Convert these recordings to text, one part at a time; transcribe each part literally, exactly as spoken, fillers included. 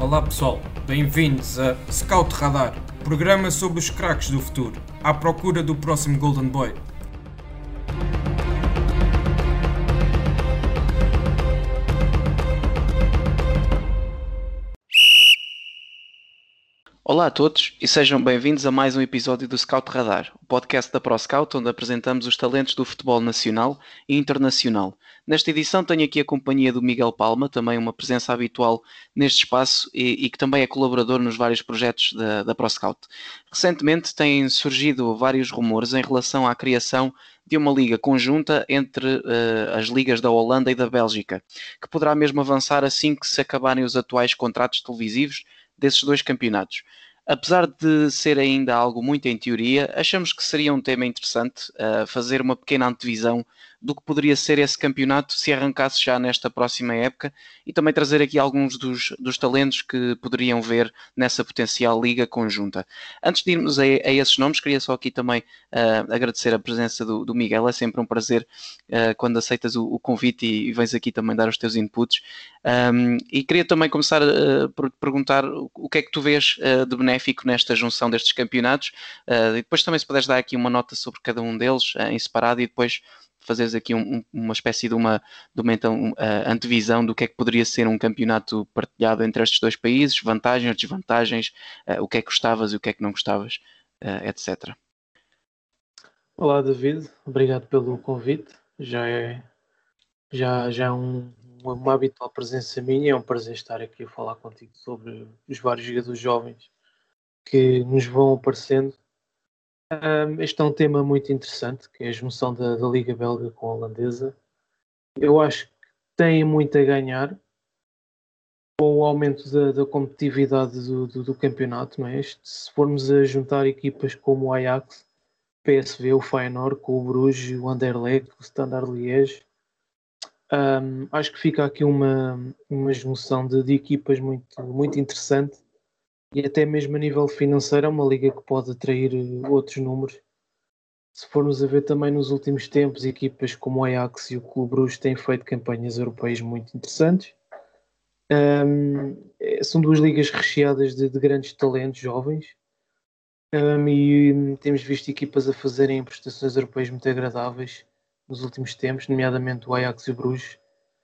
Olá pessoal, bem-vindos a Scout Radar, programa sobre os craques do futuro, à procura do próximo Golden Boy. Olá a todos e sejam bem-vindos a mais um episódio do Scout Radar, o podcast da ProScout, onde apresentamos os talentos do futebol nacional e internacional. Nesta edição tenho aqui a companhia do Miguel Palma, também uma presença habitual neste espaço e, e que também é colaborador nos vários projetos da, da ProScout. Recentemente têm surgido vários rumores em relação à criação de uma liga conjunta entre uh, as ligas da Holanda e da Bélgica, que poderá mesmo avançar assim que se acabarem os atuais contratos televisivos desses dois campeonatos. Apesar de ser ainda algo muito em teoria, achamos que seria um tema interessante uh, fazer uma pequena antevisão do que poderia ser esse campeonato se arrancasse já nesta próxima época e também trazer aqui alguns dos, dos talentos que poderiam ver nessa potencial liga conjunta. Antes de irmos a, a esses nomes, queria só aqui também uh, agradecer a presença do, do Miguel. É sempre um prazer uh, quando aceitas o, o convite e, e vens aqui também dar os teus inputs. Um, e queria também começar uh, por te perguntar o, o que é que tu vês uh, de benéfico nesta junção destes campeonatos, uh, e depois também se puderes dar aqui uma nota sobre cada um deles uh, em separado e depois fazeres aqui um, uma espécie de uma, de uma então, uh, antevisão do que é que poderia ser um campeonato partilhado entre estes dois países, vantagens, desvantagens, uh, o que é que gostavas e o que é que não gostavas, uh, etcétera. Olá David, obrigado pelo convite. Já é, já, já é um, uma habitual presença minha, é um prazer estar aqui a falar contigo sobre os vários jogadores jovens que nos vão aparecendo. Um, este é um tema muito interessante, que é a junção da, da Liga Belga com a Holandesa. Eu acho que tem muito a ganhar com o aumento da, da competitividade do, do, do campeonato, não é? Se formos a juntar equipas como o Ajax, P S V, o Feyenoord, com o Bruges, o Anderlecht, o Standard Liège, um, acho que fica aqui uma, uma junção de, de equipas muito, muito interessante e até mesmo a nível financeiro é uma liga que pode atrair outros números. Se formos a ver também nos últimos tempos, equipas como o Ajax e o Clube Bruges têm feito campanhas europeias muito interessantes. Um, são duas ligas recheadas de, de grandes talentos jovens. Um, e temos visto equipas a fazerem prestações europeias muito agradáveis nos últimos tempos, nomeadamente o Ajax e o Bruges.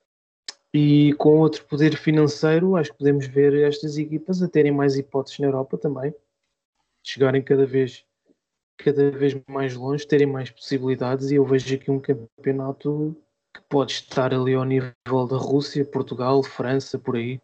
E com outro poder financeiro, acho que podemos ver estas equipas a terem mais hipóteses na Europa também, chegarem cada vez, cada vez mais longe, terem mais possibilidades. E eu vejo aqui um campeonato que pode estar ali ao nível da Rússia, Portugal, França, por aí.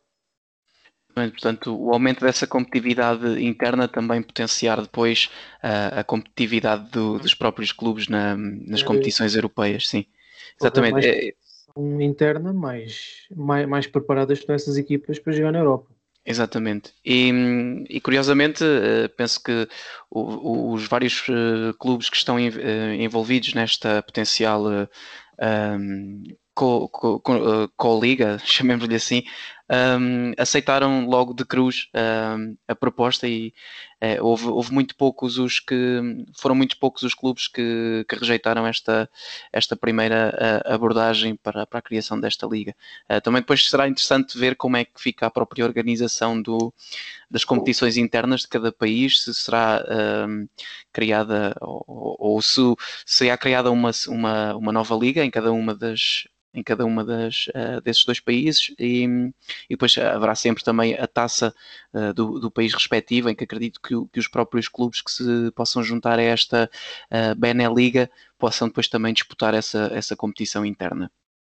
Portanto, o aumento dessa competitividade interna também potenciar depois uh, a competitividade do, dos próprios clubes na, nas competições europeias, sim. Exatamente. Mais competição interna, mais, mais, mais preparadas estão essas equipas para jogar na Europa. Exatamente. E, e curiosamente, uh, penso que o, o, os vários uh, clubes que estão em, uh, envolvidos nesta potencial uh, um, co-liga, co, co, co chamemos-lhe assim, Um, aceitaram logo de cruz um, a proposta e uh, houve, houve muito poucos os que foram muito poucos os clubes que, que rejeitaram esta, esta primeira uh, abordagem para, para a criação desta liga. Uh, também depois será interessante ver como é que fica a própria organização do, das competições internas de cada país, se será um, criada ou, ou se será criada uma, uma, uma nova liga em cada uma das em cada uma das, uh, desses dois países e, e depois haverá sempre também a taça uh, do, do país respectivo, em que acredito que, que os próprios clubes que se possam juntar a esta uh, Beneliga possam depois também disputar essa, essa competição interna.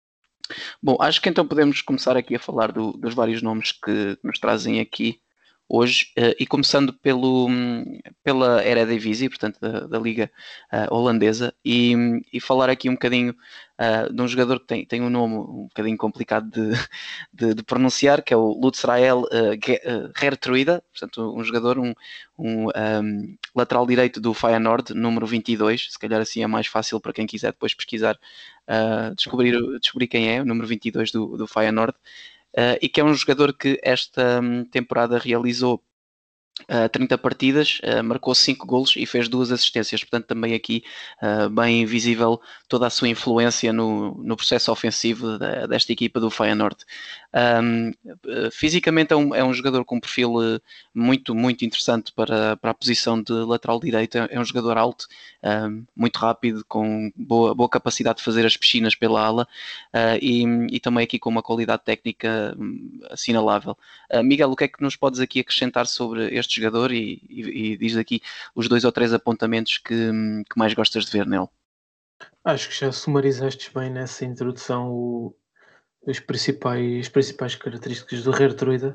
Bom, acho que então podemos começar aqui a falar do, dos vários nomes que nos trazem aqui hoje, uh, e começando pelo, pela Eredivisie, portanto da, da Liga uh, Holandesa, e, e falar aqui um bocadinho uh, de um jogador que tem, tem um nome um bocadinho complicado de, de, de pronunciar, que é o Lutzrael uh, Geertruida, portanto um jogador, um, um, um lateral direito do Feyenoord, número vinte e dois, se calhar assim é mais fácil para quem quiser depois pesquisar, uh, descobrir, descobrir quem é, o número vinte e dois do, do Feyenoord. Uh, e que é um jogador que esta um, temporada realizou uh, trinta partidas, uh, marcou cinco golos e fez duas assistências, portanto também aqui uh, bem visível toda a sua influência no, no processo ofensivo da, desta equipa do Feyenoord. Um, fisicamente é um, é um jogador com um perfil muito, muito interessante para, para a posição de lateral direito. É um jogador alto, um, muito rápido, com boa, boa capacidade de fazer as piscinas pela ala, uh, e, e também aqui com uma qualidade técnica um, assinalável. Uh, Miguel, o que é que nos podes aqui acrescentar sobre este jogador e, e, e diz aqui os dois ou três apontamentos que, que mais gostas de ver nele? Acho que já sumarizaste bem nessa introdução o, os principais, as principais características do Geertruida.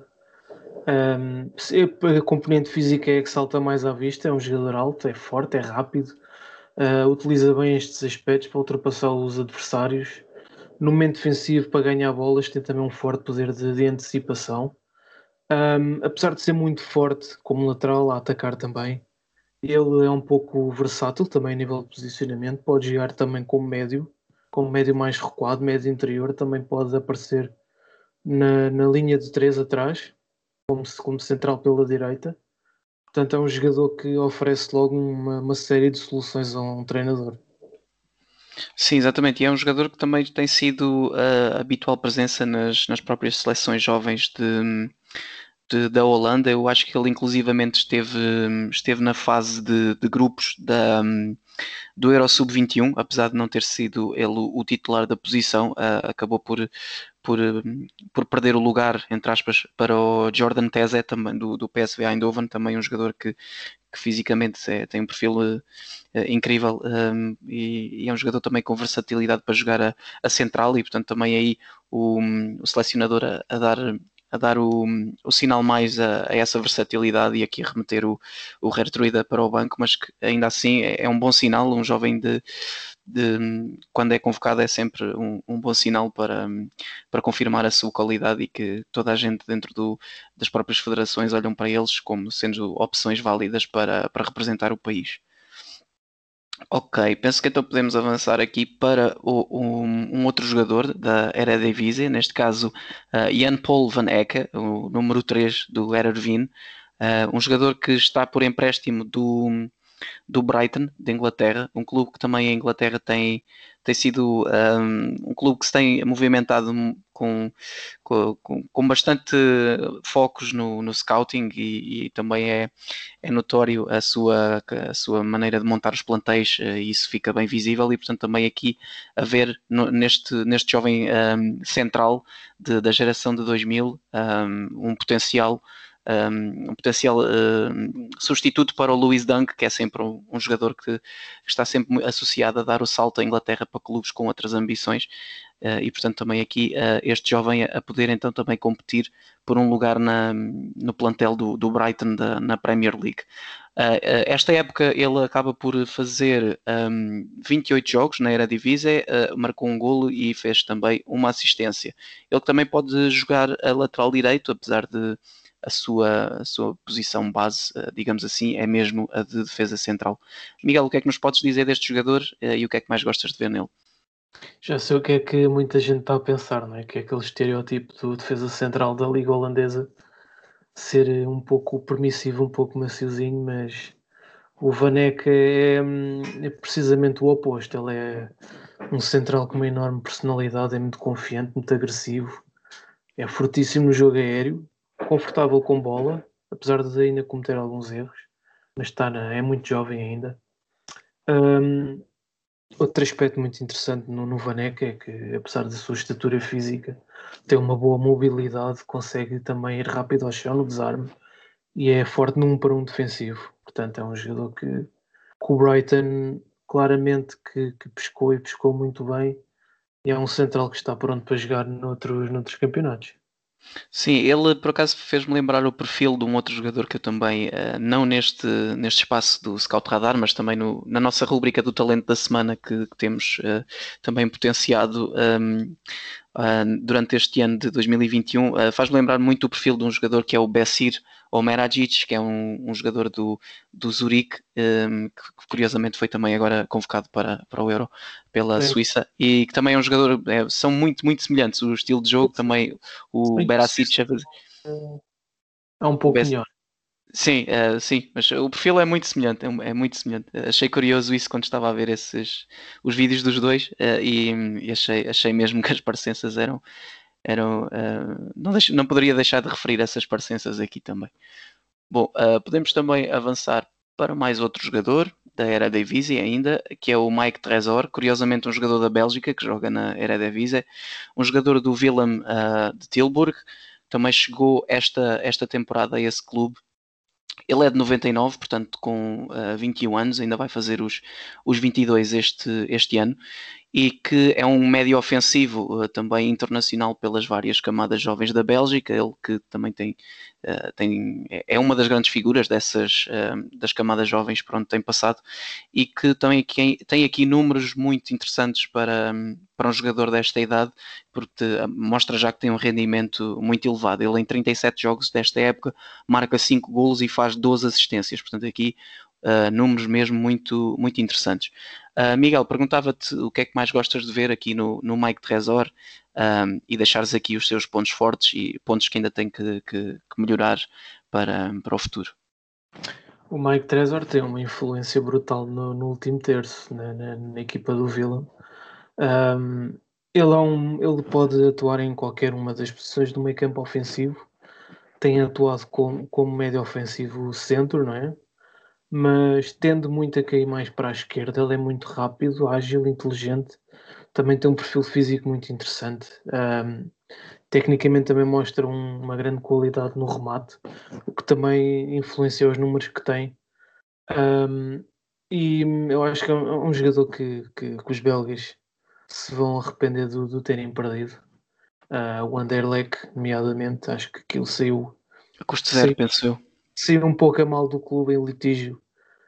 Um, a componente física é que salta mais à vista, é um jogador alto, é forte, é rápido, uh, utiliza bem estes aspectos para ultrapassar os adversários. No momento defensivo, para ganhar bolas, tem também um forte poder de, de antecipação. Um, apesar de ser muito forte como lateral, a atacar também, ele é um pouco versátil também a nível de posicionamento, pode jogar também como médio, como médio mais recuado, médio interior, também pode aparecer na, na linha de três atrás, como, como central pela direita. Portanto, é um jogador que oferece logo uma, uma série de soluções a um treinador. Sim, exatamente, e é um jogador que também tem sido a habitual presença nas, nas próprias seleções jovens de, de- da Holanda. Eu acho que ele inclusivamente esteve, esteve na fase de, de grupos da, do Euro sub vinte e um, apesar de não ter sido ele o, o titular da posição, uh, acabou por, por, um, por perder o lugar, entre aspas, para o Jordan Teze, também do, do P S V Eindhoven, também um jogador que, que fisicamente é, tem um perfil uh, incrível, um, e, e é um jogador também com versatilidade para jogar a, a central, e portanto também aí o, o selecionador a, a dar a dar o, o sinal mais a, a essa versatilidade e aqui a remeter o, o Geertruida para o banco, mas que ainda assim é, é um bom sinal. Um jovem de, de quando é convocado é sempre um, um bom sinal para, para confirmar a sua qualidade, e que toda a gente dentro do, das próprias federações olham para eles como sendo opções válidas para, para representar o país. Ok, penso que então podemos avançar aqui para o- um, um outro jogador da Eredivisie, neste caso uh, Jan Paul van Ecke, o número três do Heerenveen, uh, um jogador que está por empréstimo do, do Brighton, de Inglaterra, um clube que também a Inglaterra tem, tem sido um, um clube que se tem movimentado com, com, com bastante focos no, no scouting, e, e também é, é notório a sua, a sua maneira de montar os plantéis, e isso fica bem visível, e portanto também aqui a ver no, neste, neste jovem um, central de, da geração de dois mil um, um potencial um, um potencial uh, substituto para o Lewis Dunk, que é sempre um, um jogador que, que está sempre associado a dar o salto à Inglaterra para clubes com outras ambições, uh, e portanto também aqui uh, este jovem a, a poder então também competir por um lugar na, no plantel do, do Brighton da, na Premier League. Uh, uh, esta época ele acaba por fazer um, vinte e oito jogos na Eredivisie, uh, marcou um golo e fez também uma assistência. Ele também pode jogar a lateral direito, apesar de a sua, a sua posição base, uh, digamos assim, é mesmo a de defesa central. Miguel, o que é que nos podes dizer deste jogador, uh, e o que é que mais gostas de ver nele? Já sei o que é que muita gente está a pensar, não é? Que é aquele estereótipo do defesa central da Liga Holandesa ser um pouco permissivo, um pouco maciozinho, mas o Van Ecke é, é precisamente o oposto. Ele é um central com uma enorme personalidade, é muito confiante, muito agressivo, é fortíssimo no jogo aéreo, confortável com bola, apesar de ainda cometer alguns erros, mas está na, é muito jovem ainda. Um, outro aspecto muito interessante no, no Van Ecke é que, apesar da sua estatura física, tem uma boa mobilidade, consegue também ir rápido ao chão no desarme e é forte num para um defensivo. Portanto, é um jogador que, que o Brighton claramente que, que pescou e pescou muito bem, e é um central que está pronto para jogar noutros, noutros campeonatos. Sim, ele por acaso fez-me lembrar o perfil de um outro jogador que eu também, eh, não neste, neste espaço do Scout Radar, mas também no- na nossa rúbrica do Talento da Semana, que, que temos eh, também potenciado ehm, ah, durante este ano de dois mil e vinte e um. Ah, faz-me lembrar muito o perfil de um jogador que é o Besir Omeragic, que é um, um jogador do, do Zurique, ehm, que curiosamente foi também agora convocado para, para o Euro pela É, Suíça, e que também é um jogador, é, são muito, muito semelhantes o estilo de jogo, também o bem que Berasic, é um o pouco Bess, melhor. Sim, uh, sim, mas o perfil é muito semelhante, é, é muito semelhante. Achei curioso isso quando estava a ver esses os vídeos dos dois uh, e, e achei, achei mesmo que as parecenças eram, eram uh, não, deixo, não poderia deixar de referir essas parecenças aqui também. Bom, uh, podemos também avançar para mais outro jogador da Eredivisie ainda, que é o Mike Trésor, curiosamente um jogador da Bélgica que joga na Eredivisie, um jogador do Willem uh, de Tilburg, também chegou esta, esta temporada a esse clube. Ele é de noventa e nove, portanto com uh, vinte e um anos, ainda vai fazer os, os vinte e dois este, este ano, e que é um médio ofensivo uh, também internacional pelas várias camadas jovens da Bélgica, ele que também tem, uh, tem é uma das grandes figuras dessas uh, das camadas jovens por onde tem passado e que também aqui, tem aqui números muito interessantes para, para um jogador desta idade, porque mostra já que tem um rendimento muito elevado. Ele em trinta e sete jogos desta época marca cinco golos e faz doze assistências, portanto aqui uh, números mesmo muito, muito interessantes. Uh, Miguel, perguntava-te o que é que mais gostas de ver aqui no, no Mike Trésor um, e deixares aqui os seus pontos fortes e pontos que ainda tem que, que, que melhorar para, para o futuro. O Mike Trésor tem uma influência brutal no, no último terço, na, na, na equipa do Villa. Um, ele, é um, ele pode atuar em qualquer uma das posições do meio campo ofensivo. Tem atuado como, como médio ofensivo centro, não é? Mas tende muito a cair mais para a esquerda. Ele é muito rápido, ágil, inteligente. Também tem um perfil físico muito interessante. Um, tecnicamente também mostra um, uma grande qualidade no remate, o que também influencia os números que tem. Um, e eu acho que é um, um jogador que, que, que os belgas se vão arrepender do, do terem perdido. Uh, o Anderlecht, nomeadamente, acho que aquilo saiu, A custo zero, saiu, penso eu. saiu um pouco a mal do clube em litígio.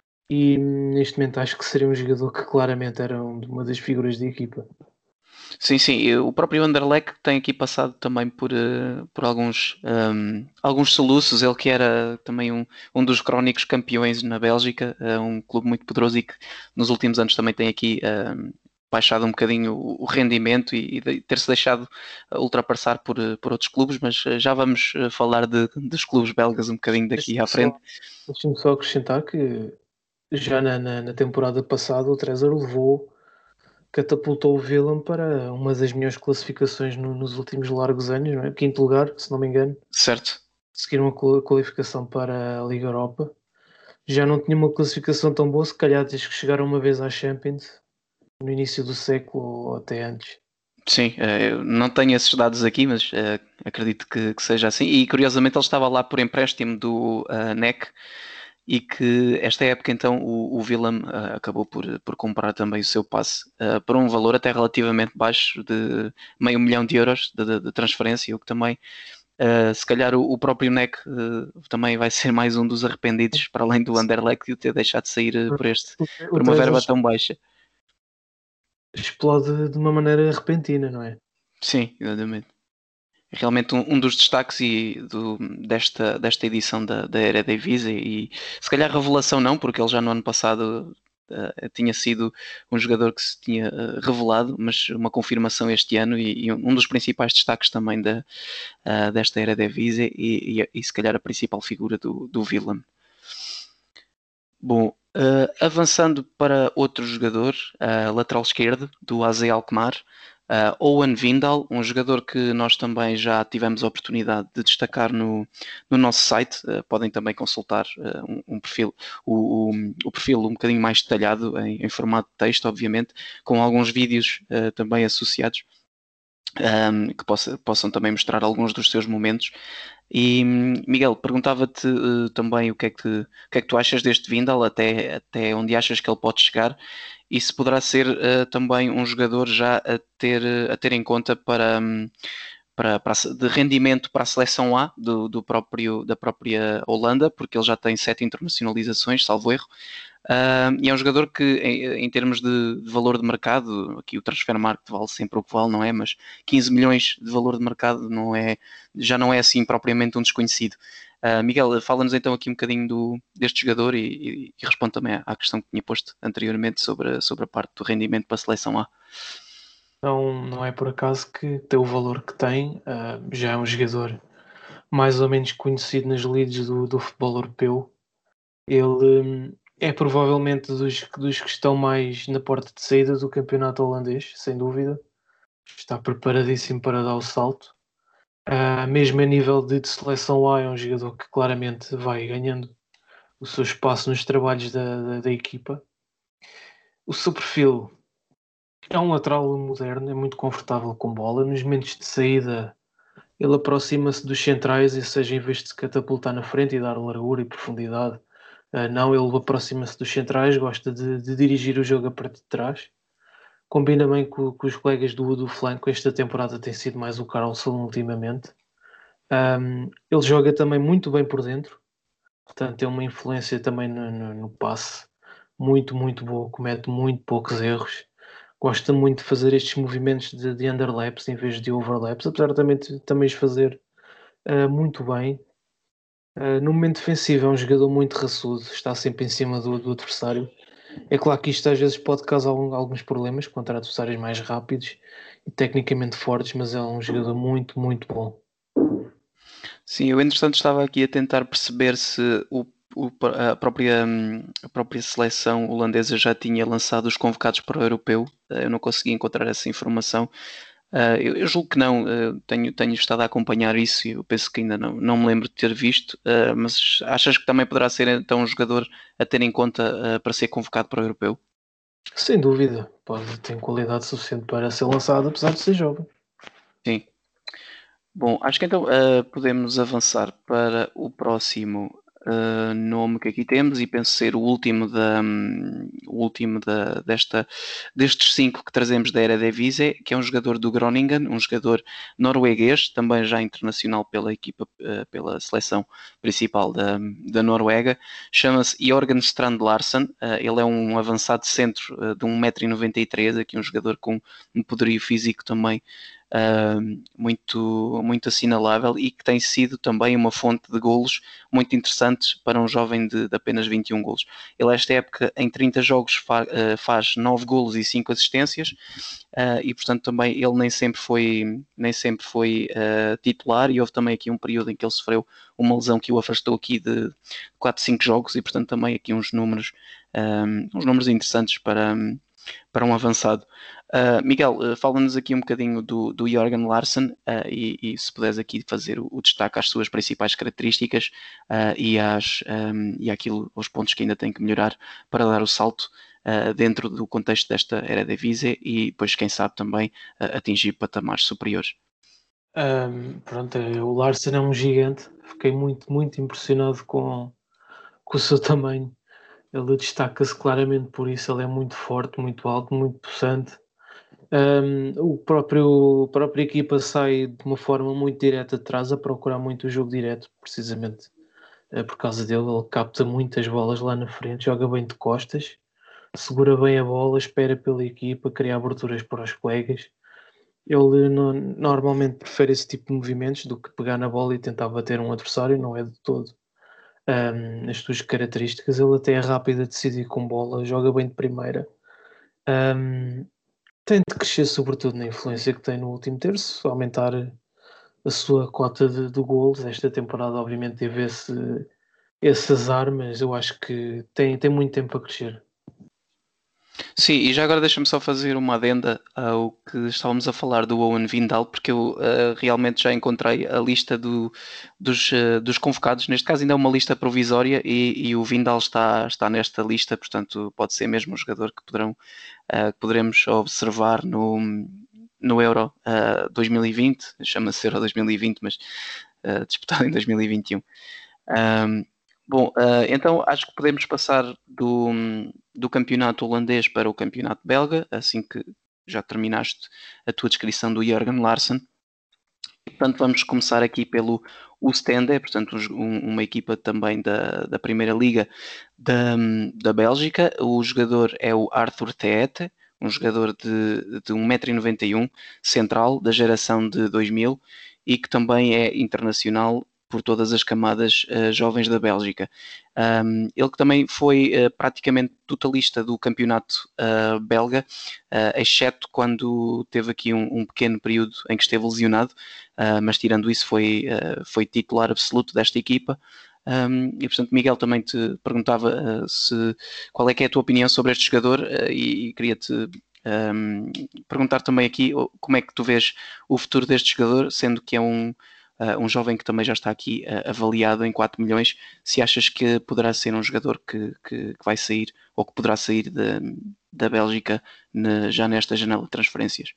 E neste momento acho que seria um jogador que claramente era uma das figuras da equipa. Sim, sim, o próprio Anderlecht tem aqui passado também por, uh, por alguns, um, alguns soluços, ele que era também um, um dos crónicos campeões na Bélgica, uh, um clube muito poderoso e que nos últimos anos também tem aqui uh, baixado um bocadinho o, o rendimento e, e ter-se deixado ultrapassar por, por outros clubes, mas já vamos falar de, dos clubes belgas um bocadinho daqui Deixa-me à frente. só, deixa-me só acrescentar que já na, na, na temporada passada o Trésor levou, catapultou o Willem para uma das melhores classificações no, nos últimos largos anos, não é? Quinto lugar, se não me engano. Certo. Seguiram a qualificação para a Liga Europa. Já não tinha uma classificação tão boa, se calhar desde que chegaram uma vez à Champions, no início do século ou até antes. Sim, eu não tenho esses dados aqui, mas uh, acredito que, que seja assim. E curiosamente ele estava lá por empréstimo do uh, N E C e que esta época então o, o Willem uh, acabou por, por comprar também o seu passe uh, por um valor até relativamente baixo de meio milhão de euros de, de, de transferência, o que também uh, se calhar o, o próprio N E C uh, também vai ser mais um dos arrependidos, para além do Anderlecht de o ter deixado de sair uh, por, este, por O uma Trésor verba tão baixa. explode de uma maneira repentina, não é? Sim, exatamente. Realmente um, um dos destaques e do, desta, desta edição da, da Eredivisie e se calhar revelação não, porque ele já no ano passado uh, tinha sido um jogador que se tinha uh, revelado, mas uma confirmação este ano e, e um dos principais destaques também da, uh, desta Eredivisie e, e, e se calhar a principal figura do, do Willem. Bom, uh, avançando para outro jogador, uh, lateral esquerdo do A Z Alkmaar, uh, Owen Wijndal, um jogador que nós também já tivemos a oportunidade de destacar no, no nosso site. Uh, podem também consultar uh, um, um perfil, o, o, o perfil um bocadinho mais detalhado em, em formato de texto, obviamente, com alguns vídeos uh, também associados. Um, que possa, possam também mostrar alguns dos seus momentos. E Miguel, perguntava-te uh, também o que, é que, o que é que tu achas deste Wijndal, até, até onde achas que ele pode chegar e se poderá ser uh, também um jogador já a ter, a ter em conta para, um, para, para, de rendimento para a seleção A do, do próprio, da própria Holanda, porque ele já tem sete internacionalizações, salvo erro. Uh, e é um jogador que, em, em termos de, de valor de mercado, aqui o Transfermarkt vale sempre o que vale, não é? Mas quinze milhões de valor de mercado não é, já não é assim propriamente um desconhecido. Uh, Miguel, fala-nos então aqui um bocadinho do, deste jogador e, e, e responde também à questão que tinha posto anteriormente sobre a, sobre a parte do rendimento para a seleção A. Não, não é por acaso que tem o valor que tem. Uh, já é um jogador mais ou menos conhecido nas ligas do, do futebol europeu. Ele hum, é provavelmente dos, dos que estão mais na porta de saída do campeonato holandês, sem dúvida. Está preparadíssimo para dar o salto. Uh, mesmo a nível de, de seleção A, é um jogador que claramente vai ganhando o seu espaço nos trabalhos da, da, da equipa. O seu perfil é um lateral moderno, é muito confortável com bola. Nos momentos de saída, ele aproxima-se dos centrais, ou seja, em vez de se catapultar na frente e dar largura e profundidade, uh, não, ele aproxima-se dos centrais, gosta de, de dirigir o jogo a partir de trás. Combina bem com, com os colegas do, do flanco. Esta temporada tem sido mais o Carlson ultimamente. Um, ele joga também muito bem por dentro, portanto tem uma influência também no, no, no passe muito, muito boa, comete muito poucos erros, gosta muito de fazer estes movimentos de, de underlaps em vez de overlaps, apesar de também, também os fazer uh, muito bem. Uh, no momento defensivo é um jogador muito raçudo, está sempre em cima do, do adversário. É claro que isto às vezes pode causar alguns problemas contra adversários mais rápidos e tecnicamente fortes, mas é um jogador muito, muito bom. Sim, eu entretanto estava aqui a tentar perceber se o, o, a, própria, a própria seleção holandesa já tinha lançado os convocados para o europeu. Eu não consegui encontrar essa informação. Uh, eu, eu julgo que não, uh, tenho, tenho estado a acompanhar isso e eu penso que ainda não, não me lembro de ter visto, uh, mas achas que também poderá ser então um jogador a ter em conta uh, para ser convocado para o europeu? Sem dúvida, pode ter qualidade suficiente para ser lançado, apesar de ser jovem. Sim. Bom, acho que então uh, podemos avançar para o próximo uh, nome que aqui temos e penso ser o último, da, um, o último da, desta, destes cinco que trazemos da Eredivisie, que é um jogador do Groningen, um jogador norueguês, também já internacional pela equipa, uh, pela seleção principal da, da Noruega. Chama-se Jorgen Strand Larsen. Uh, ele é um avançado centro uh, de um metro e noventa e três, aqui um jogador com um poderio físico também Uh, muito, muito assinalável e que tem sido também uma fonte de golos muito interessantes para um jovem de, de apenas vinte e um golos. Ele esta época em trinta jogos fa, uh, faz nove golos e cinco assistências uh, e portanto também ele nem sempre foi, nem sempre foi uh, titular e houve também aqui um período em que ele sofreu uma lesão que o afastou aqui de quatro, cinco jogos e portanto também aqui uns números, um, uns números interessantes para, para um avançado. Uh, Miguel, uh, fala-nos aqui um bocadinho do, do Jorgen Larsen uh, e, e se puderes aqui fazer o, o destaque às suas principais características uh, e, às, um, e àquilo, aos pontos que ainda tem que melhorar para dar o salto uh, dentro do contexto desta Eredivisie e depois, quem sabe, também uh, atingir patamares superiores. Um, pronto, o Larsen é um gigante, fiquei muito, muito impressionado com, com o seu tamanho. Ele destaca-se claramente por isso, ele é muito forte, muito alto, muito possante. Um, o próprio, a própria equipa sai de uma forma muito direta de trás a procurar muito o jogo direto, precisamente uh, por causa dele. Ele capta muitas bolas lá na frente, joga bem de costas, segura bem a bola, espera pela equipa, cria aberturas para os colegas. Ele no, normalmente prefere esse tipo de movimentos do que pegar na bola e tentar bater um adversário, não é de todo um, as suas características. Ele até é rápido a decidir com bola, joga bem de primeira. Um, tem de crescer sobretudo na influência que tem no último terço, aumentar a sua cota de, de golos. Esta temporada obviamente teve esse, esse azar, mas eu acho que tem, tem muito tempo a crescer. Sim, e já agora deixa-me só fazer uma adenda ao que estávamos a falar do Owen Vindal, porque eu uh, realmente já encontrei a lista do, dos, uh, dos convocados. Neste caso ainda é uma lista provisória e, e o Vindal está, está nesta lista, portanto pode ser mesmo um jogador que, poderão, uh, que poderemos observar no, no Euro uh, dois mil e vinte, chama-se Euro dois mil e vinte, mas uh, disputado em dois mil e vinte e um. Um, Bom, uh, então acho que podemos passar do, do campeonato holandês para o campeonato belga, assim que já terminaste a tua descrição do Jorgen Larsen. Portanto, vamos começar aqui pelo Oostende, portanto, um, uma equipa também da, da Primeira Liga da, da Bélgica. O jogador é o Arthur Theete, um jogador de, de um metro e noventa e um, central, da geração de dois mil, e que também é internacional por todas as camadas uh, jovens da Bélgica. Um, ele que também foi uh, praticamente totalista do campeonato uh, belga, uh, exceto quando teve aqui um, um pequeno período em que esteve lesionado, uh, mas tirando isso foi, uh, foi titular absoluto desta equipa. Um, e portanto, Miguel, também te perguntava uh, se, qual é que é a tua opinião sobre este jogador uh, e, e queria-te um, perguntar também aqui como é que tu vês o futuro deste jogador, sendo que é um, uh, um jovem que também já está aqui uh, avaliado em quatro milhões, se achas que poderá ser um jogador que, que, que vai sair ou que poderá sair de, da Bélgica ne, já nesta janela de transferências.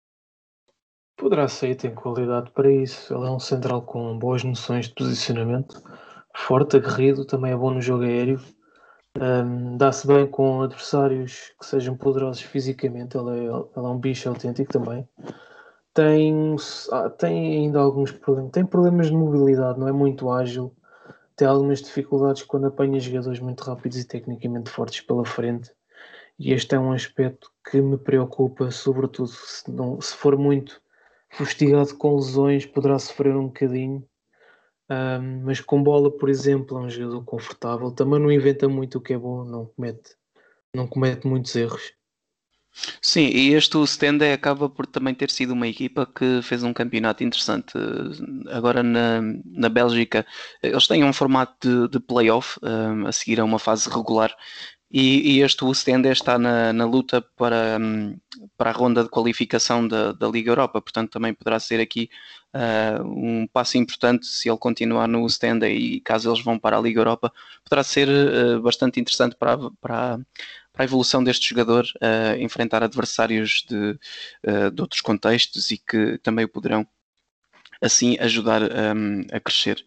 Poderá sair, tem qualidade para isso. Ele é um central com boas noções de posicionamento, forte, aguerrido, também é bom no jogo aéreo. Um, dá-se bem com adversários que sejam poderosos fisicamente. Ele é, ele é um bicho autêntico também. Tem, ah, tem ainda alguns problemas. Tem problemas de mobilidade, não é muito ágil. Tem algumas dificuldades quando apanha jogadores muito rápidos e tecnicamente fortes pela frente. E este é um aspecto que me preocupa, sobretudo se, não, se for muito fustigado com lesões, poderá sofrer um bocadinho. Um, mas com bola, por exemplo, é um jogador confortável. Também não inventa muito, o que é bom, não comete, não comete muitos erros. Sim, e este o Stende acaba por também ter sido uma equipa que fez um campeonato interessante. Agora na, na Bélgica, eles têm um formato de, de play-off um, a seguir a uma fase regular. E, e este Ostende está na, na luta para, para a ronda de qualificação da, da Liga Europa, portanto também poderá ser aqui uh, um passo importante se ele continuar no Ostende e caso eles vão para a Liga Europa, poderá ser uh, bastante interessante para, para, para a evolução deste jogador, uh, enfrentar adversários de, uh, de outros contextos e que também o poderão assim ajudar um, a crescer.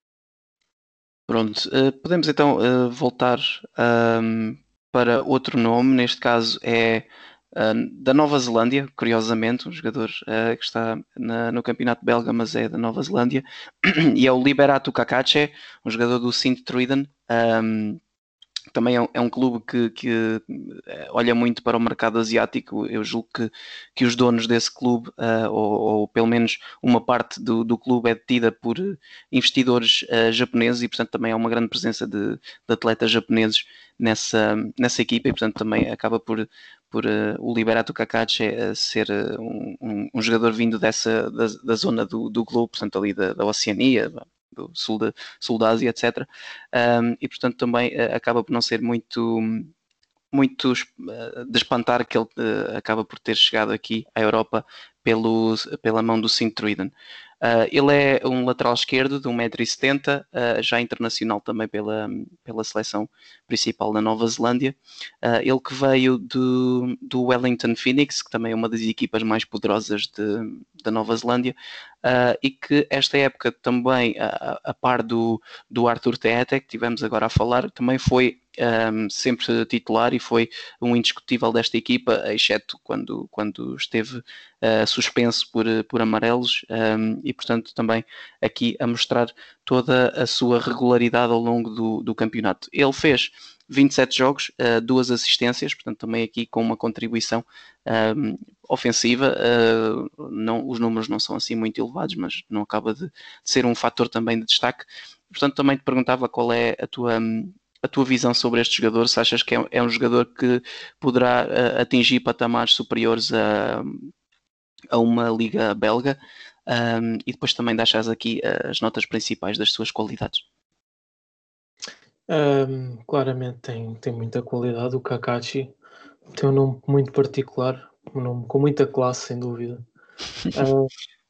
Pronto, uh, podemos então uh, voltar um, para outro nome, neste caso é uh, da Nova Zelândia, curiosamente, um jogador uh, que está na, no campeonato belga, mas é da Nova Zelândia, e é o Liberato Kakache, um jogador do Sint-Truiden. Um, também é um, é um clube que, que olha muito para o mercado asiático. Eu julgo que, que os donos desse clube, uh, ou, ou pelo menos uma parte do, do clube, é detida por investidores uh, japoneses e, portanto, também há uma grande presença de, de atletas japoneses nessa, nessa equipa e, portanto, também acaba por, por uh, o Liberato Kakache uh, ser uh, um, um jogador vindo dessa, da, da zona do, do globo, portanto, ali da, da Oceania, do sul, de, sul da Ásia, etcétera. Um, e portanto também uh, acaba por não ser muito, muito uh, de espantar que ele uh, acaba por ter chegado aqui à Europa pelo, pela mão do Sint-Truiden. Uh, ele é um lateral esquerdo de um metro e setenta, uh, já internacional também pela, pela seleção principal da Nova Zelândia. Uh, ele que veio do, do Wellington Phoenix, que também é uma das equipas mais poderosas de, da Nova Zelândia, uh, e que esta época também, a, a par do, do Arthur Theate, que tivemos agora a falar, também foi um, sempre titular e foi um indiscutível desta equipa, exceto quando, quando esteve uh, suspenso por, por amarelos, um, e portanto também aqui a mostrar toda a sua regularidade ao longo do, do campeonato. Ele fez vinte e sete jogos, uh, duas assistências, portanto também aqui com uma contribuição um, ofensiva. Uh, não, os números não são assim muito elevados, mas não acaba de, de ser um fator também de destaque. Portanto também te perguntava qual é a tua... a tua visão sobre este jogador, se achas que é, é um jogador que poderá uh, atingir patamares superiores a, a uma liga belga, um, e depois também deixas aqui uh, as notas principais das suas qualidades. Um, claramente tem, tem muita qualidade. O Kakashi tem um nome muito particular, um nome com muita classe, sem dúvida. uh,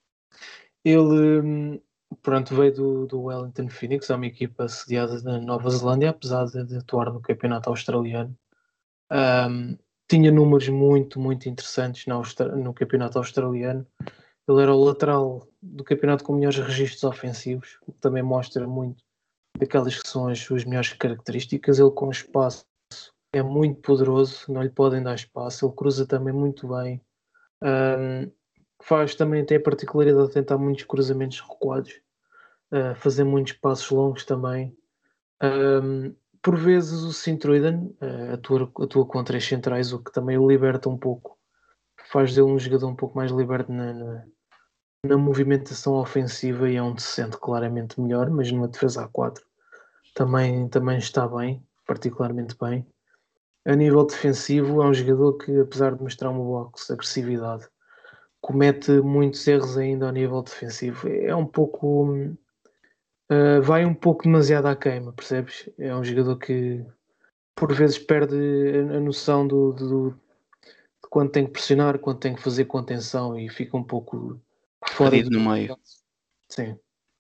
ele pronto, veio do, do Wellington Phoenix, é uma equipa sediada na Nova Zelândia, apesar de, de atuar no campeonato australiano. Um, tinha números muito, muito interessantes no, no campeonato australiano. Ele era o lateral do campeonato com melhores registros ofensivos, o que também mostra muito aquelas que são as suas melhores características. Ele com espaço é muito poderoso, não lhe podem dar espaço, ele cruza também muito bem. Um, faz também, tem a particularidade de tentar muitos cruzamentos recuados, uh, fazer muitos passos longos também. Um, por vezes o Sint-Truiden uh, atua, atua com três centrais, o que também o liberta um pouco, faz dele um jogador um pouco mais liberto na, na, na movimentação ofensiva e é onde se sente claramente melhor, mas numa defesa a quatro também, também está bem, particularmente bem. A nível defensivo, é um jogador que, apesar de mostrar uma boa agressividade, comete muitos erros ainda ao nível defensivo. É um pouco. Uh, vai um pouco demasiado à queima, percebes? É um jogador que, por vezes, perde a, a noção do, do, de quando tem que pressionar, quando tem que fazer contenção e fica um pouco fora Perdido do. no meio. Sim.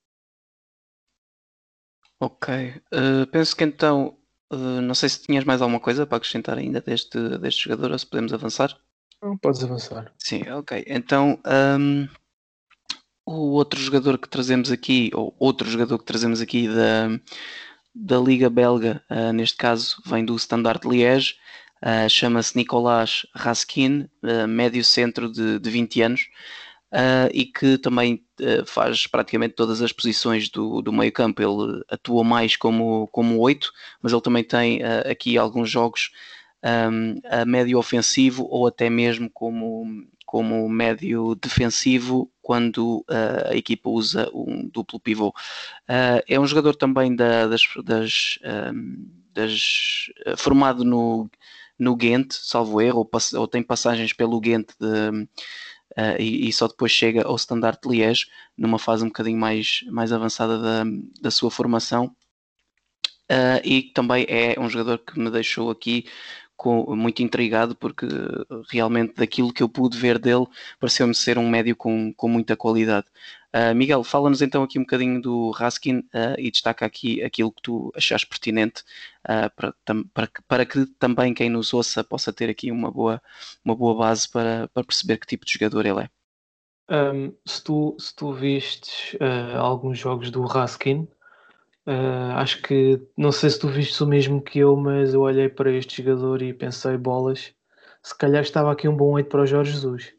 Ok. Uh, penso que então, uh, não sei se tinhas mais alguma coisa para acrescentar ainda deste, deste jogador ou se podemos avançar. Não podes avançar. Sim, ok. Então, um, o outro jogador que trazemos aqui, ou outro jogador que trazemos aqui da, da Liga Belga, uh, neste caso vem do Standard Liège, uh, chama-se Nicolas Raskin, uh, médio centro de, de vinte anos. Uh, e que também uh, faz praticamente todas as posições do, do meio campo. Ele atua mais como, como oito, mas ele também tem uh, aqui alguns jogos um, a médio ofensivo ou até mesmo como, como médio defensivo quando uh, a equipa usa um duplo pivô. Uh, é um jogador também da, das, das, um, das uh, formado no, no Ghent, salvo erro, ou, pass, ou tem passagens pelo Ghent de, Uh, e, e só depois chega ao Standard de Liège numa fase um bocadinho mais, mais avançada da, da sua formação, uh, e também é um jogador que me deixou aqui com, muito intrigado, porque realmente daquilo que eu pude ver dele pareceu-me ser um médio com, com muita qualidade. Uh, Miguel, fala-nos então aqui um bocadinho do Raskin uh, e destaca aqui aquilo que tu achas pertinente, uh, para, tam, para, que, para que também quem nos ouça possa ter aqui uma boa, uma boa base para, para perceber que tipo de jogador ele é. Um, se, tu, se tu vistes uh, alguns jogos do Raskin, uh, acho que, não sei se tu viste o mesmo que eu, mas eu olhei para este jogador e pensei, bolas, se calhar estava aqui um bom oito para o Jorge Jesus.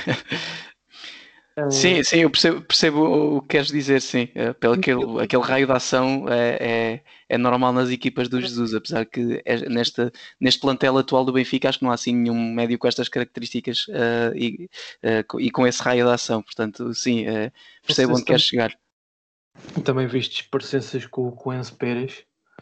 Sim, Uh, sim, eu percebo, percebo o que queres dizer, sim. É, pelo aquele, aquele raio de ação é, é, é normal nas equipas do Jesus, apesar que é, nesta, neste plantel atual do Benfica acho que não há assim nenhum médio com estas características uh, e, uh, e com esse raio de ação, portanto, sim, uh, percebo onde queres chegar. Também vistes parecenças com, com o Enzo Pérez.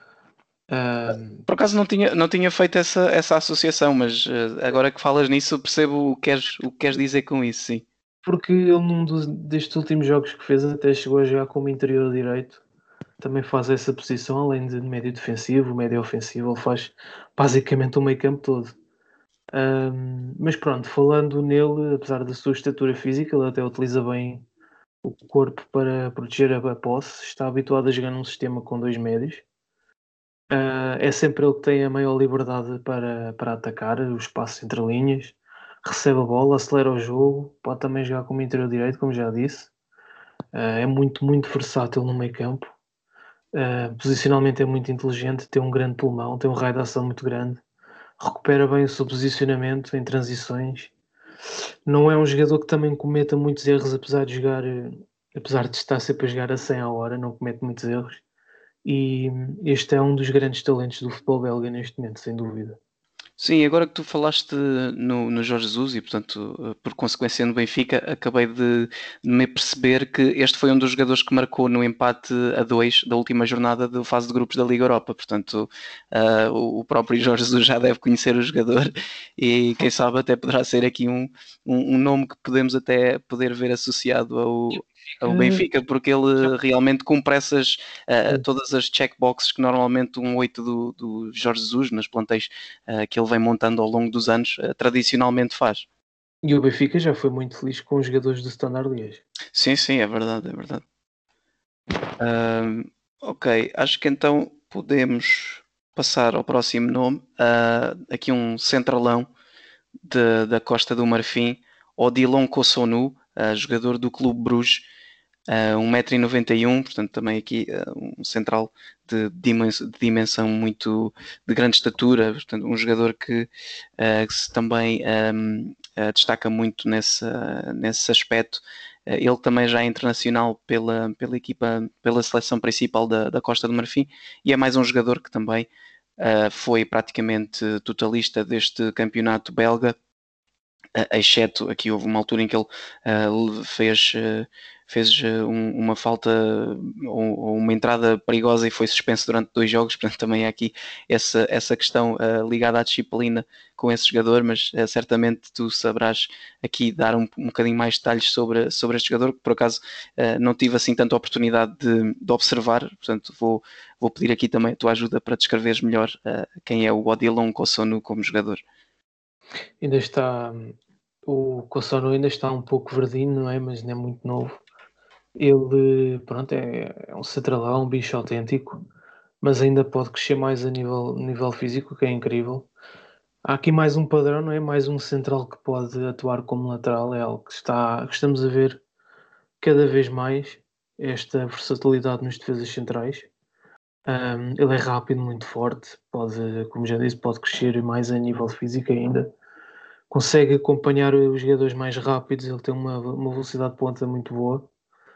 Um, Por acaso não tinha, não tinha feito essa, essa associação, mas uh, agora que falas nisso percebo o que queres, o que queres dizer com isso, sim. Porque ele num dos, destes últimos jogos que fez até chegou a jogar como interior direito. Também faz essa posição, além de médio defensivo, médio ofensivo, ele faz basicamente o meio campo todo. Um, mas pronto, falando nele, apesar da sua estatura física, ele até utiliza bem o corpo para proteger a posse, está habituado a jogar num sistema com dois médios. Uh, é sempre ele que tem a maior liberdade para, para atacar o espaço entre linhas, recebe a bola, acelera o jogo, pode também jogar como interior direito, como já disse. Uh, é muito, muito versátil no meio campo. Uh, posicionalmente é muito inteligente, tem um grande pulmão, tem um raio de ação muito grande, recupera bem o seu posicionamento em transições. Não é um jogador que também cometa muitos erros, apesar de jogar, apesar de estar sempre a jogar a cem à hora, não comete muitos erros. E este é um dos grandes talentos do futebol belga neste momento, sem dúvida. Sim, agora que tu falaste no, no Jorge Jesus e, portanto, por consequência no Benfica, acabei de, de me perceber que este foi um dos jogadores que marcou no empate a dois da última jornada da fase de grupos da Liga Europa. Portanto, uh, o próprio Jorge Jesus já deve conhecer o jogador e, quem sabe, até poderá ser aqui um, um, um nome que podemos até poder ver associado ao, ao Benfica, porque ele realmente cumpre essas, uh, todas as checkboxes que normalmente um oito do, do Jorge Jesus nas plantéis uh, que ele vem montando ao longo dos anos, uh, tradicionalmente faz. E o Benfica já foi muito feliz com os jogadores do Standard Liège. Sim, sim, é verdade, é verdade. Uh, ok, acho que então podemos passar ao próximo nome. Uh, aqui um centralão de, da Costa do Marfim, Odilon Kossonu, uh, jogador do Clube Bruges, uh, um metro e noventa e um, portanto também aqui uh, um central de dimensão, de dimensão muito de grande estatura, portanto um jogador que, uh, que se também um, uh, destaca muito nesse, uh, nesse aspecto. Uh, ele também já é internacional pela, pela equipa, pela seleção principal da, da Costa do Marfim, e é mais um jogador que também uh, foi praticamente totalista deste campeonato belga. exceto aqui houve uma altura em que ele uh, fez, uh, fez uh, um, uma falta ou, ou uma entrada perigosa e foi suspenso durante dois jogos, portanto também há aqui essa, essa questão uh, ligada à disciplina com esse jogador, mas uh, certamente tu saberás aqui dar um, um bocadinho mais detalhes sobre, sobre este jogador, que por acaso uh, não tive assim tanta oportunidade de, de observar, portanto vou, vou pedir aqui também a tua ajuda para descreveres melhor uh, quem é o Odilon Kossonu como jogador. Ainda está, o Kossonu ainda está um pouco verdinho, não é? Mas não é muito novo. Ele, pronto, é, é um centralão, um bicho autêntico, mas ainda pode crescer mais a nível, nível físico, que é incrível. Há aqui mais um padrão, não é? Mais um central que pode atuar como lateral, é algo que, está, que estamos a ver cada vez mais, esta versatilidade nos defesas centrais. Um, ele é rápido, muito forte, pode, como já disse, pode crescer mais a nível físico ainda. Consegue acompanhar os jogadores mais rápidos, ele tem uma, uma velocidade de ponta muito boa.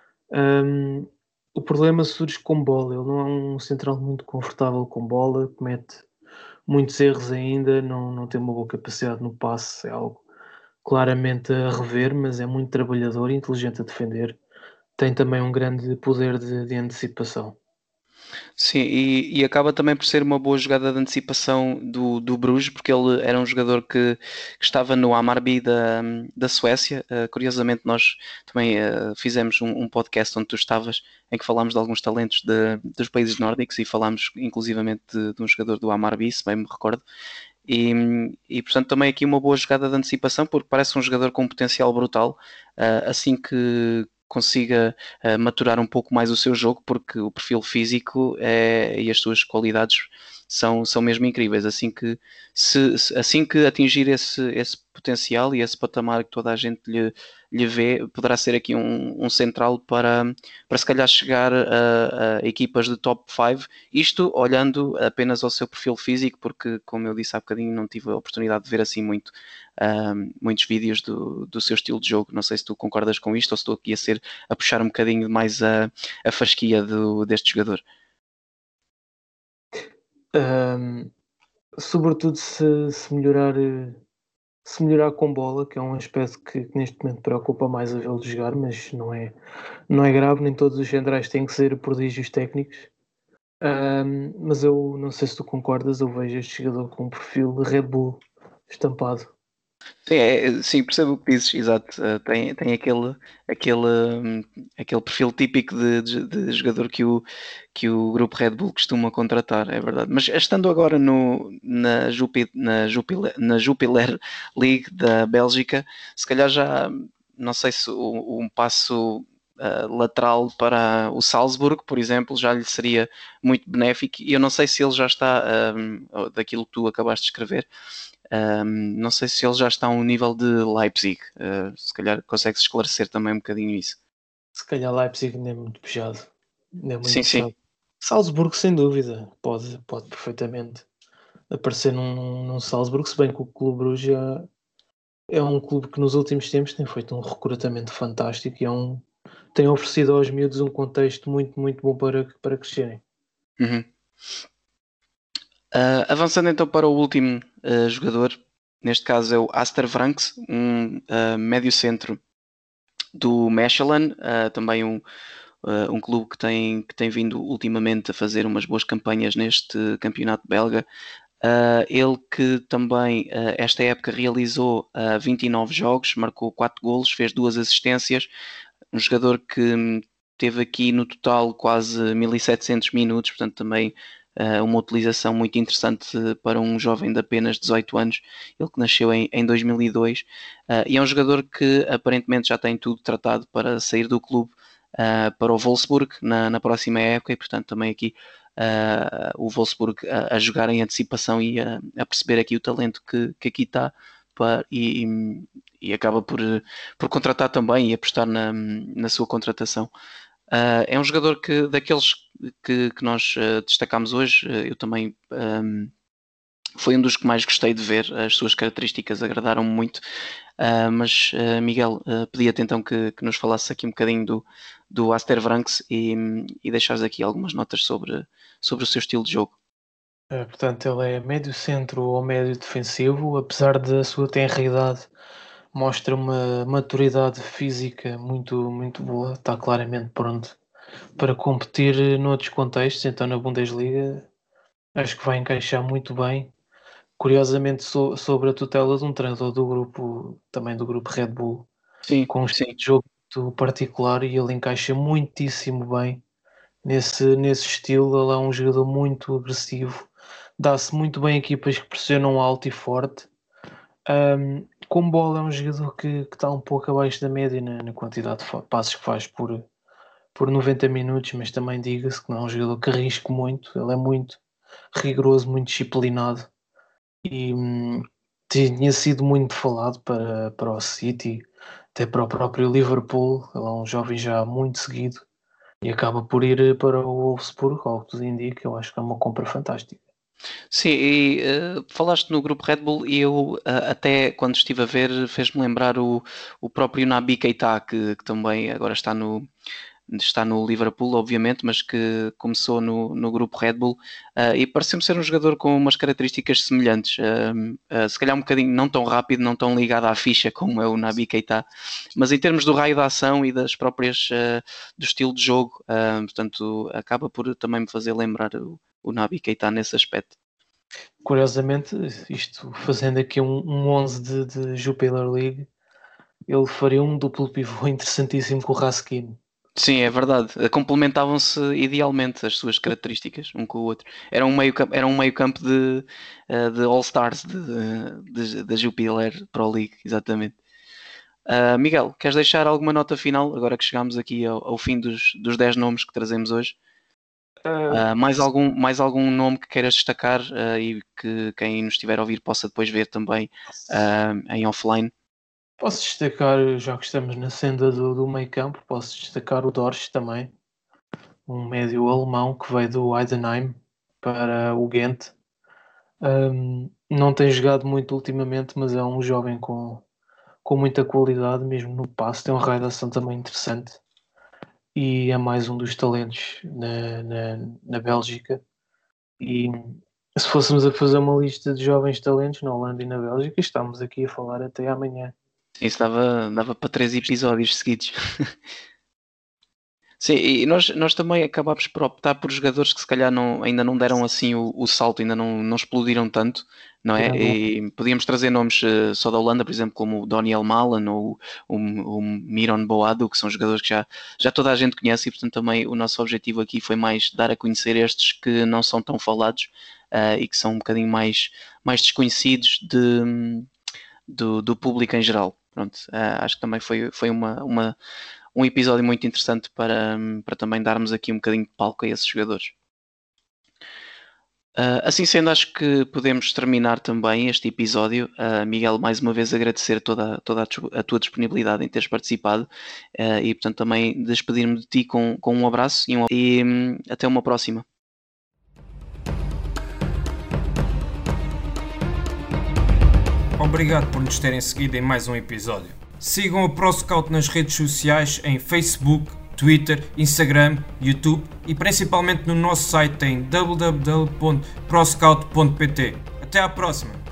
Um, o problema surge com bola, ele não é um central muito confortável com bola, comete muitos erros ainda, não, não tem uma boa capacidade no passe, é algo claramente a rever, mas é muito trabalhador e inteligente a defender. Tem também um grande poder de, de antecipação. Sim, e, e acaba também por ser uma boa jogada de antecipação do, do Bruges, porque ele era um jogador que, que estava no Hammarby da, da Suécia. Uh, curiosamente, nós também uh, fizemos um, um podcast onde tu estavas, em que falámos de alguns talentos de, dos países nórdicos e falámos inclusivamente de, de um jogador do Hammarby, se bem me recordo. E, e portanto também aqui uma boa jogada de antecipação, porque parece um jogador com um potencial brutal, uh, assim que consiga uh, maturar um pouco mais o seu jogo, porque o perfil físico é, e as suas qualidades são, são mesmo incríveis. Assim que, se, assim que atingir esse, esse potencial e esse patamar que toda a gente lhe, lhe vê, poderá ser aqui um, um central para, para se calhar chegar a, a equipas de top cinco, isto olhando apenas ao seu perfil físico, porque como eu disse há bocadinho não tive a oportunidade de ver assim muito Um, muitos vídeos do, do seu estilo de jogo. Não sei se tu concordas com isto ou se estou aqui a ser a puxar um bocadinho mais a, a fasquia do, deste jogador. Um, sobretudo se, se melhorar se melhorar com bola, que é um aspecto que, que neste momento preocupa mais a vê-lo jogar, mas não é, não é grave, nem todos os centrais têm que ser prodígios técnicos. Um, mas eu não sei se tu concordas, eu vejo este jogador com um perfil de Red Bull estampado. Sim, é, sim, percebo o que dizes, exato. Uh, tem, tem aquele, aquele, um, aquele perfil típico de, de, de jogador que o, que o grupo Red Bull costuma contratar, é verdade. Mas estando agora no, na, Jupi, na, Jupiler, na Jupiler League da Bélgica, se calhar já, não sei se um, um passo uh, lateral para o Salzburgo, por exemplo, já lhe seria muito benéfico. E eu não sei se ele já está, um, daquilo que tu acabaste de escrever, Um, não sei se ele já está a um nível de Leipzig. Uh, se calhar consegue-se esclarecer também um bocadinho isso. Se calhar Leipzig nem é muito puxado. Nem é muito Sim, puxado. sim. Salzburgo, sem dúvida, pode, pode perfeitamente aparecer num, num Salzburgo, se bem que o Clube Bruges já é um clube que nos últimos tempos tem feito um recrutamento fantástico e é um, tem oferecido aos miúdos um contexto muito, muito bom para, para crescerem. Uhum. Uh, avançando então para o último uh, jogador, neste caso é o Aster Franks, um uh, médio centro do Mechelen, uh, também um, uh, um clube que tem, que tem vindo ultimamente a fazer umas boas campanhas neste campeonato belga. Uh, ele que também uh, esta época realizou uh, vinte e nove jogos, marcou quatro golos, fez duas assistências, um jogador que teve aqui no total quase mil e setecentos minutos, portanto também uh, uma utilização muito interessante para um jovem de apenas dezoito anos, ele que nasceu em, em dois mil e dois, uh, e é um jogador que aparentemente já tem tudo tratado para sair do clube uh, para o Wolfsburg na, na próxima época, e portanto também aqui Uh, o Wolfsburg a, a jogar em antecipação e a, a perceber aqui o talento que, que aqui está para, e, e acaba por, por contratar também e apostar na, na sua contratação. Uh, é um jogador que daqueles que, que nós uh, destacamos hoje, uh, eu também um, foi um dos que mais gostei de ver, as suas características agradaram-me muito, uh, mas uh, Miguel, uh, pedia-te então que, que nos falasses aqui um bocadinho do, do Aster Franks e, e deixares aqui algumas notas sobre, sobre o seu estilo de jogo. É, portanto, ele é médio centro ou médio defensivo, apesar da sua tenra idade, mostra uma maturidade física muito, muito boa, está claramente pronto para competir noutros contextos, então na Bundesliga acho que vai encaixar muito bem. Curiosamente, so, sobre a tutela de um treinador do grupo, também do grupo Red Bull, Sim, com um sim. estilo de jogo muito particular, e ele encaixa muitíssimo bem nesse, nesse estilo. Ele é um jogador muito agressivo, dá-se muito bem a equipas que pressionam alto e forte. Um, com bola é um jogador que, que está um pouco abaixo da média na, na quantidade de passos que faz por, por noventa minutos, mas também diga-se que não é um jogador que arrisca muito, ele é muito rigoroso, muito disciplinado, e hum, tinha sido muito falado para, para o City, até para o próprio Liverpool. Ele é um jovem já muito seguido e acaba por ir para o Wolfsburg, ao que tudo indica. Eu acho que é uma compra fantástica. Sim, e uh, falaste no grupo Red Bull e eu uh, até quando estive a ver fez-me lembrar o, o próprio Naby Keita, que, que também agora está no, está no Liverpool, obviamente, mas que começou no, no grupo Red Bull uh, e pareceu-me ser um jogador com umas características semelhantes, uh, uh, se calhar um bocadinho não tão rápido, não tão ligado à ficha como é o Naby Keita, mas em termos do raio de ação e das próprias uh, do estilo de jogo, uh, portanto acaba por também me fazer lembrar o, o Naby Keita nesse aspecto. Curiosamente, isto fazendo aqui um, um onze de, de Jupiler League, ele faria um duplo pivô interessantíssimo com o Raskin. Sim, é verdade. Complementavam-se idealmente as suas características, um com o outro. Era um meio campo, era um meio campo de, de All-Stars da Jupiler Pro League, exatamente. Uh, Miguel, queres deixar alguma nota final, agora que chegamos aqui ao, ao fim dos, dos dez nomes que trazemos hoje? Uh, mais, algum, mais algum nome que queiras destacar uh, e que quem nos estiver a ouvir possa depois ver também uh, em offline? Posso destacar, já que estamos na senda do, do meio campo, posso destacar o Dorsch também, um médio alemão que veio do Heidenheim para o Ghent. Um, não tem jogado muito ultimamente, mas é um jovem com, com muita qualidade, mesmo no passe, tem uma raio de ação também interessante, e é mais um dos talentos na, na, na Bélgica. E se fôssemos a fazer uma lista de jovens talentos na Holanda e na Bélgica, estamos aqui a falar até amanhã. Isso dava, dava para três episódios seguidos. Sim, e nós, nós também acabámos por optar por jogadores que se calhar não, ainda não deram assim o, o salto, ainda não, não explodiram tanto, não é? E podíamos trazer nomes uh, só da Holanda, por exemplo, como o Daniel Malen ou o, o Miron Boadu, que são jogadores que já, já toda a gente conhece, e portanto também o nosso objetivo aqui foi mais dar a conhecer estes que não são tão falados uh, e que são um bocadinho mais, mais desconhecidos de, do, do público em geral. Pronto, uh, acho que também foi, foi uma... uma um episódio muito interessante para, para também darmos aqui um bocadinho de palco a esses jogadores. Uh, assim sendo, acho que podemos terminar também este episódio. Uh, Miguel, mais uma vez agradecer toda, toda a, a tua disponibilidade em teres participado uh, e, portanto, também despedir-me de ti com, com um abraço e, um, e um, até uma próxima. Obrigado por nos terem seguido em mais um episódio. Sigam o ProScout nas redes sociais em Facebook, Twitter, Instagram, YouTube e principalmente no nosso site em w w w ponto proscout ponto p t. Até à próxima!